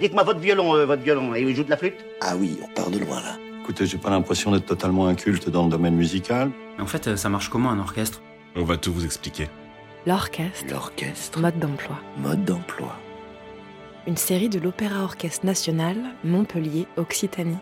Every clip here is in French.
Dites-moi, votre violon, et il joue de la flûte? Ah oui, on part de loin là. Écoutez, j'ai pas l'impression d'être totalement inculte dans le domaine musical. En fait, ça marche comment un orchestre? On va tout vous expliquer. L'orchestre. Mode d'emploi. Une série de l'Opéra Orchestre National, Montpellier, Occitanie.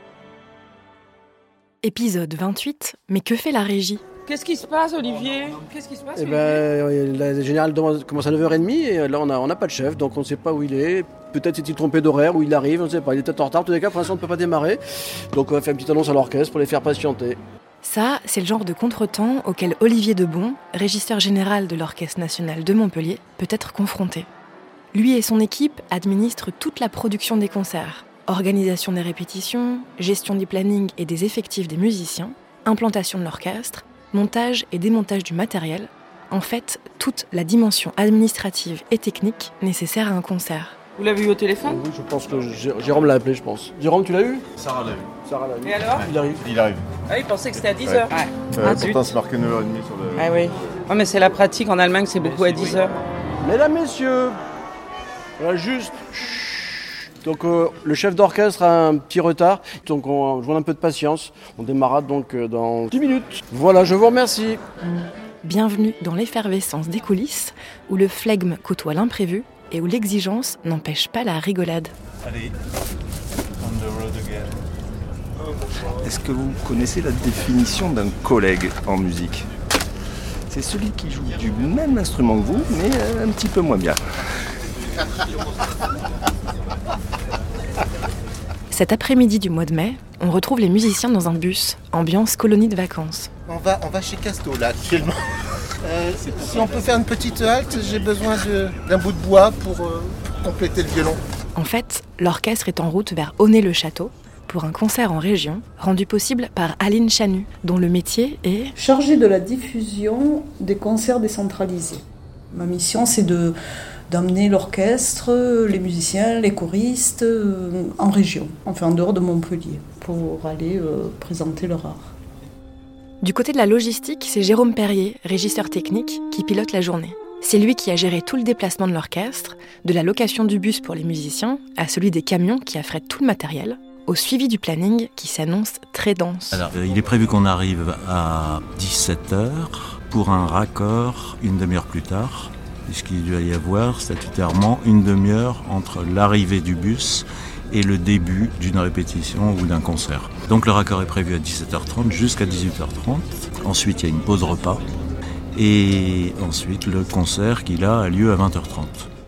Épisode 28, mais que fait la régie? Qu'est-ce qui se passe, Olivier? Qu'est-ce qui se passe, La générale commence à 9h30 et là on n'a pas de chef, donc on ne sait pas où il est. Peut-être s'est-il trompé d'horaire, où il arrive, on ne sait pas. Il est peut-être en retard, en tous les cas, pour l'instant on ne peut pas démarrer. Donc on va faire une petite annonce à l'orchestre pour les faire patienter. Ça, c'est le genre de contretemps auquel Olivier Debon, régisseur général de l'Orchestre National de Montpellier, peut être confronté. Lui et son équipe administrent toute la production des concerts. Organisation des répétitions, gestion du planning et des effectifs des musiciens, implantation de l'orchestre, montage et démontage du matériel, en fait, toute la dimension administrative et technique nécessaire à un concert. Vous l'avez eu au téléphone? Oui, je pense que Jérôme l'a appelé, je pense. Jérôme, tu l'as eu? Sarah l'a eu. Et alors? Il arrive. Ah, il pensait que c'était à 10h. Pourtant, c'est marqué 9h30 sur le... Ah oui. Ouais, mais c'est la pratique en Allemagne, c'est beaucoup à 10h. Mesdames, messieurs, voilà juste... Donc le chef d'orchestre a un petit retard, donc on joue un peu de patience. On démarrera donc dans 10 minutes. Voilà, je vous remercie. Bienvenue dans l'effervescence des coulisses, où le flegme côtoie l'imprévu et où l'exigence n'empêche pas la rigolade. Allez, on the road again. Est-ce que vous connaissez la définition d'un collègue en musique? C'est celui qui joue du même instrument que vous, mais un petit peu moins bien. Cet après-midi du mois de mai, on retrouve les musiciens dans un bus, ambiance colonie de vacances. On va chez Casto là actuellement. Si on peut faire une petite halte, j'ai besoin d'un bout de bois pour compléter le violon. En fait, l'orchestre est en route vers Aunay-le-Château pour un concert en région, rendu possible par Aline Chanu, dont le métier est chargée de la diffusion des concerts décentralisés. Ma mission, c'est d'amener l'orchestre, les musiciens, les choristes en région, enfin en dehors de Montpellier, pour aller présenter leur art. Du côté de la logistique, c'est Jérôme Perrier, régisseur technique, qui pilote la journée. C'est lui qui a géré tout le déplacement de l'orchestre, de la location du bus pour les musiciens à celui des camions qui affrètent tout le matériel, au suivi du planning qui s'annonce très dense. Alors, il est prévu qu'on arrive à 17h pour un raccord une demi-heure plus tard, puisqu'il doit y avoir statutairement une demi-heure entre l'arrivée du bus et le début d'une répétition ou d'un concert. Donc le raccord est prévu à 17h30 jusqu'à 18h30. Ensuite, il y a une pause repas. Et ensuite, le concert qui là a lieu à 20h30.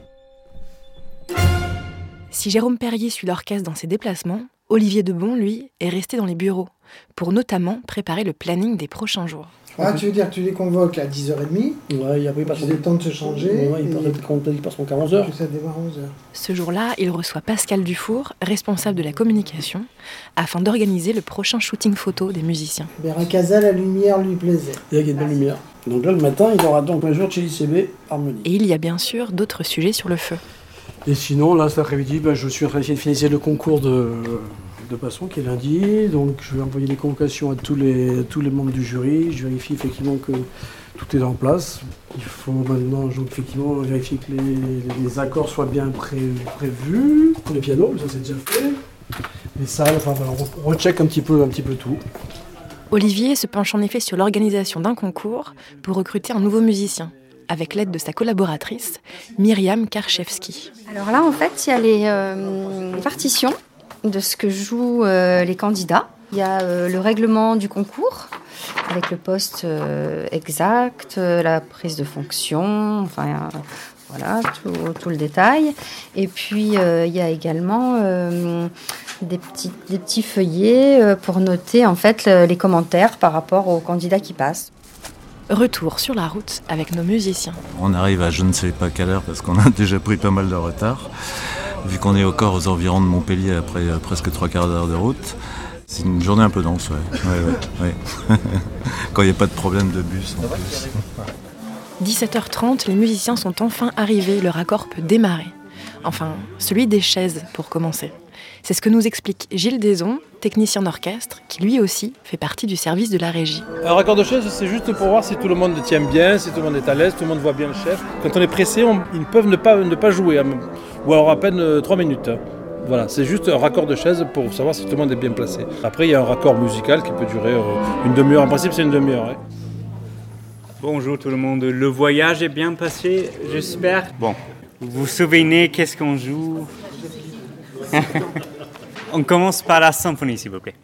Si Jérôme Perrier suit l'orchestre dans ses déplacements, Olivier Debon, lui, est resté dans les bureaux, pour notamment préparer le planning des prochains jours. Ah, tu veux dire que tu les convoques à 10h30? Ouais, il a pris pas le temps de se changer. Ouais, il passe qu'à 11h. Ça démarre à 11h. Ce jour-là, il reçoit Pascal Dufour, responsable de la communication, afin d'organiser le prochain shooting photo des musiciens. Beracasa, la lumière lui plaisait. Il y a une belle lumière. Donc là, le matin, il aura donc un jour de chez ICB, Harmonie. Et il y a bien sûr d'autres sujets sur le feu. Et sinon, là, cet après-midi, je suis en train d'essayer de finaliser le concours de Passon qui est lundi, donc je vais envoyer les convocations à tous les membres du jury. Je vérifie effectivement que tout est en place. Il faut maintenant effectivement vérifier que les accords soient bien prévus pour les pianos, ça c'est déjà fait. Les salles, enfin voilà, on recheck un petit peu tout. Olivier se penche en effet sur l'organisation d'un concours pour recruter un nouveau musicien, avec l'aide de sa collaboratrice, Myriam Karchevski. Alors là, en fait, il y a les partitions de ce que jouent les candidats. Il y a le règlement du concours, avec le poste exact, la prise de fonction, enfin voilà, tout le détail. Et puis il y a également des petits feuillets pour noter en fait les commentaires par rapport aux candidats qui passent. Retour sur la route avec nos musiciens. On arrive à je ne sais pas quelle heure parce qu'on a déjà pris pas mal de retard. Vu qu'on est encore aux environs de Montpellier après presque 3/4 d'heure de route. C'est une journée un peu dense, ouais. Quand il n'y a pas de problème de bus en plus. 17h30, les musiciens sont enfin arrivés, le raccord peut démarrer. Enfin, celui des chaises pour commencer. C'est ce que nous explique Gilles Deson, technicien d'orchestre, qui lui aussi fait partie du service de la régie. Un raccord de chaises, c'est juste pour voir si tout le monde tient bien, si tout le monde est à l'aise, tout le monde voit bien le chef. Quand on est pressé, ils peuvent ne pas jouer, ou alors à peine 3 minutes. Voilà, c'est juste un raccord de chaise pour savoir si tout le monde est bien placé. Après, il y a un raccord musical qui peut durer une demi-heure. En principe, c'est une demi-heure. Hein. Bonjour tout le monde, le voyage est bien passé, j'espère. Bon, vous vous souvenez qu'est-ce qu'on joue? On commence par la symphonie, s'il vous plaît.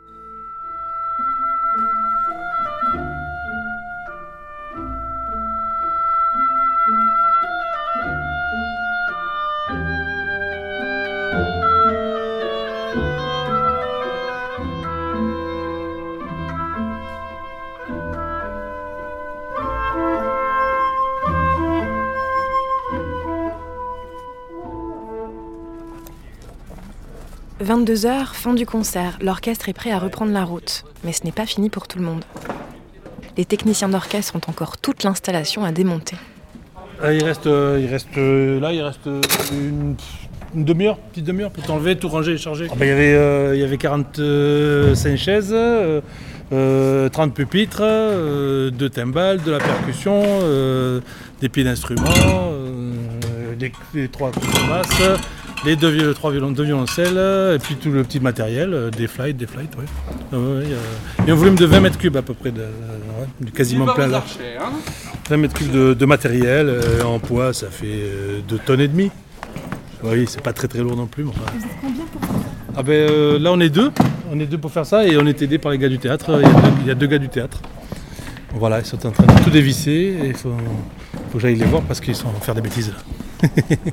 « 22h, fin du concert. L'orchestre est prêt à reprendre la route. Mais ce n'est pas fini pour tout le monde. Les techniciens d'orchestre ont encore toute l'installation à démonter. Il reste une demi-heure, petite demi-heure pour t'enlever, tout ranger et charger. Il y avait 45 chaises, 30 pupitres, 2 timbales, de la percussion, des pieds d'instruments, les 3 contrebasses, les 3 violoncelles, et puis tout le petit matériel, des flights, ouais. Il y a un volume de 20 mètres cubes à peu près, quasiment plein là. 20 mètres cubes de matériel, en poids ça fait 2 tonnes et demie. Oui, c'est pas très très lourd non plus. Mais enfin... Vous êtes combien pour faire ça? Là on est deux pour faire ça et on est aidé par les gars du théâtre. Il y a 2 gars du théâtre. Voilà, ils sont en train de tout dévisser et il faut que j'aille les voir parce qu'ils sont en train de faire des bêtises là.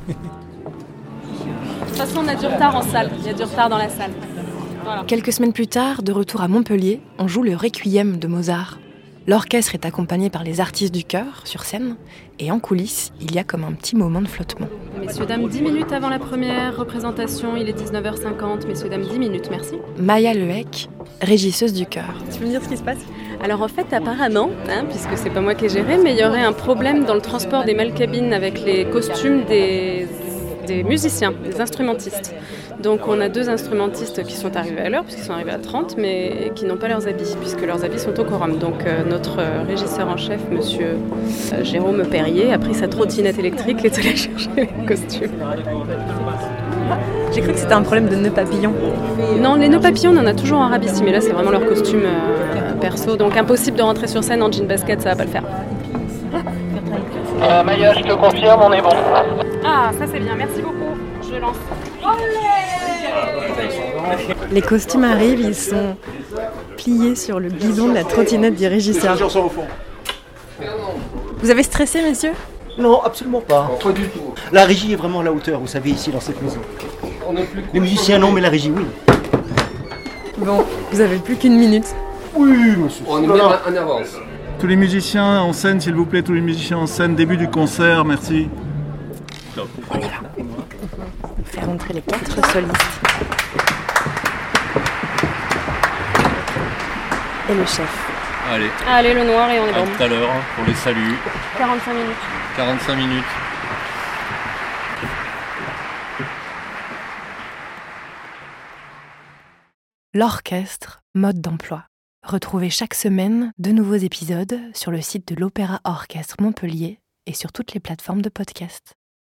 De toute façon, on a du retard en salle. Il y a du retard dans la salle. Voilà. Quelques semaines plus tard, de retour à Montpellier, on joue le Requiem de Mozart. L'orchestre est accompagné par les artistes du chœur sur scène et en coulisses, il y a comme un petit moment de flottement. Messieurs, dames, 10 minutes avant la première représentation. Il est 19h50. Messieurs, dames, 10 minutes, merci. Maya Lehec, régisseuse du chœur. Tu peux me dire ce qui se passe? Alors en fait, apparemment, puisque c'est pas moi qui ai géré, mais il y aurait un problème dans le transport des malcabines avec les costumes des musiciens, des instrumentistes. Donc on a 2 instrumentistes qui sont arrivés à l'heure, puisqu'ils sont arrivés à 30, mais qui n'ont pas leurs habits, puisque leurs habits sont au quorum. Donc notre régisseur en chef, monsieur Jérôme Perrier, a pris sa trottinette électrique et est allé chercher les costumes. J'ai cru que c'était un problème de nœuds papillons. Non, les nœuds papillons, on en a toujours en Rabissi, mais là c'est vraiment leur costume perso. Donc impossible de rentrer sur scène en jean basket, ça va pas le faire. Maya, je te confirme, on est bon. Ah, ça c'est bien, merci beaucoup. Je lance. Les costumes arrivent, ils sont pliés sur le guidon de la trottinette du régisseur. Vous avez stressé, messieurs? Non, absolument pas. Pas du tout. La régie est vraiment à la hauteur, vous savez, ici dans cette maison. Les musiciens non, mais la régie oui. Bon, vous avez plus qu'1 minute. Oui, monsieur. On est bien en avance. Tous les musiciens en scène, s'il vous plaît, tous les musiciens en scène, début du concert, merci. On y va. On fait rentrer les 4 solistes. Et le chef. Allez, le noir et on est bon. À tout à l'heure pour les saluts. 45 minutes. 45 minutes. L'orchestre, mode d'emploi. Retrouvez chaque semaine de nouveaux épisodes sur le site de l'Opéra Orchestre Montpellier et sur toutes les plateformes de podcast.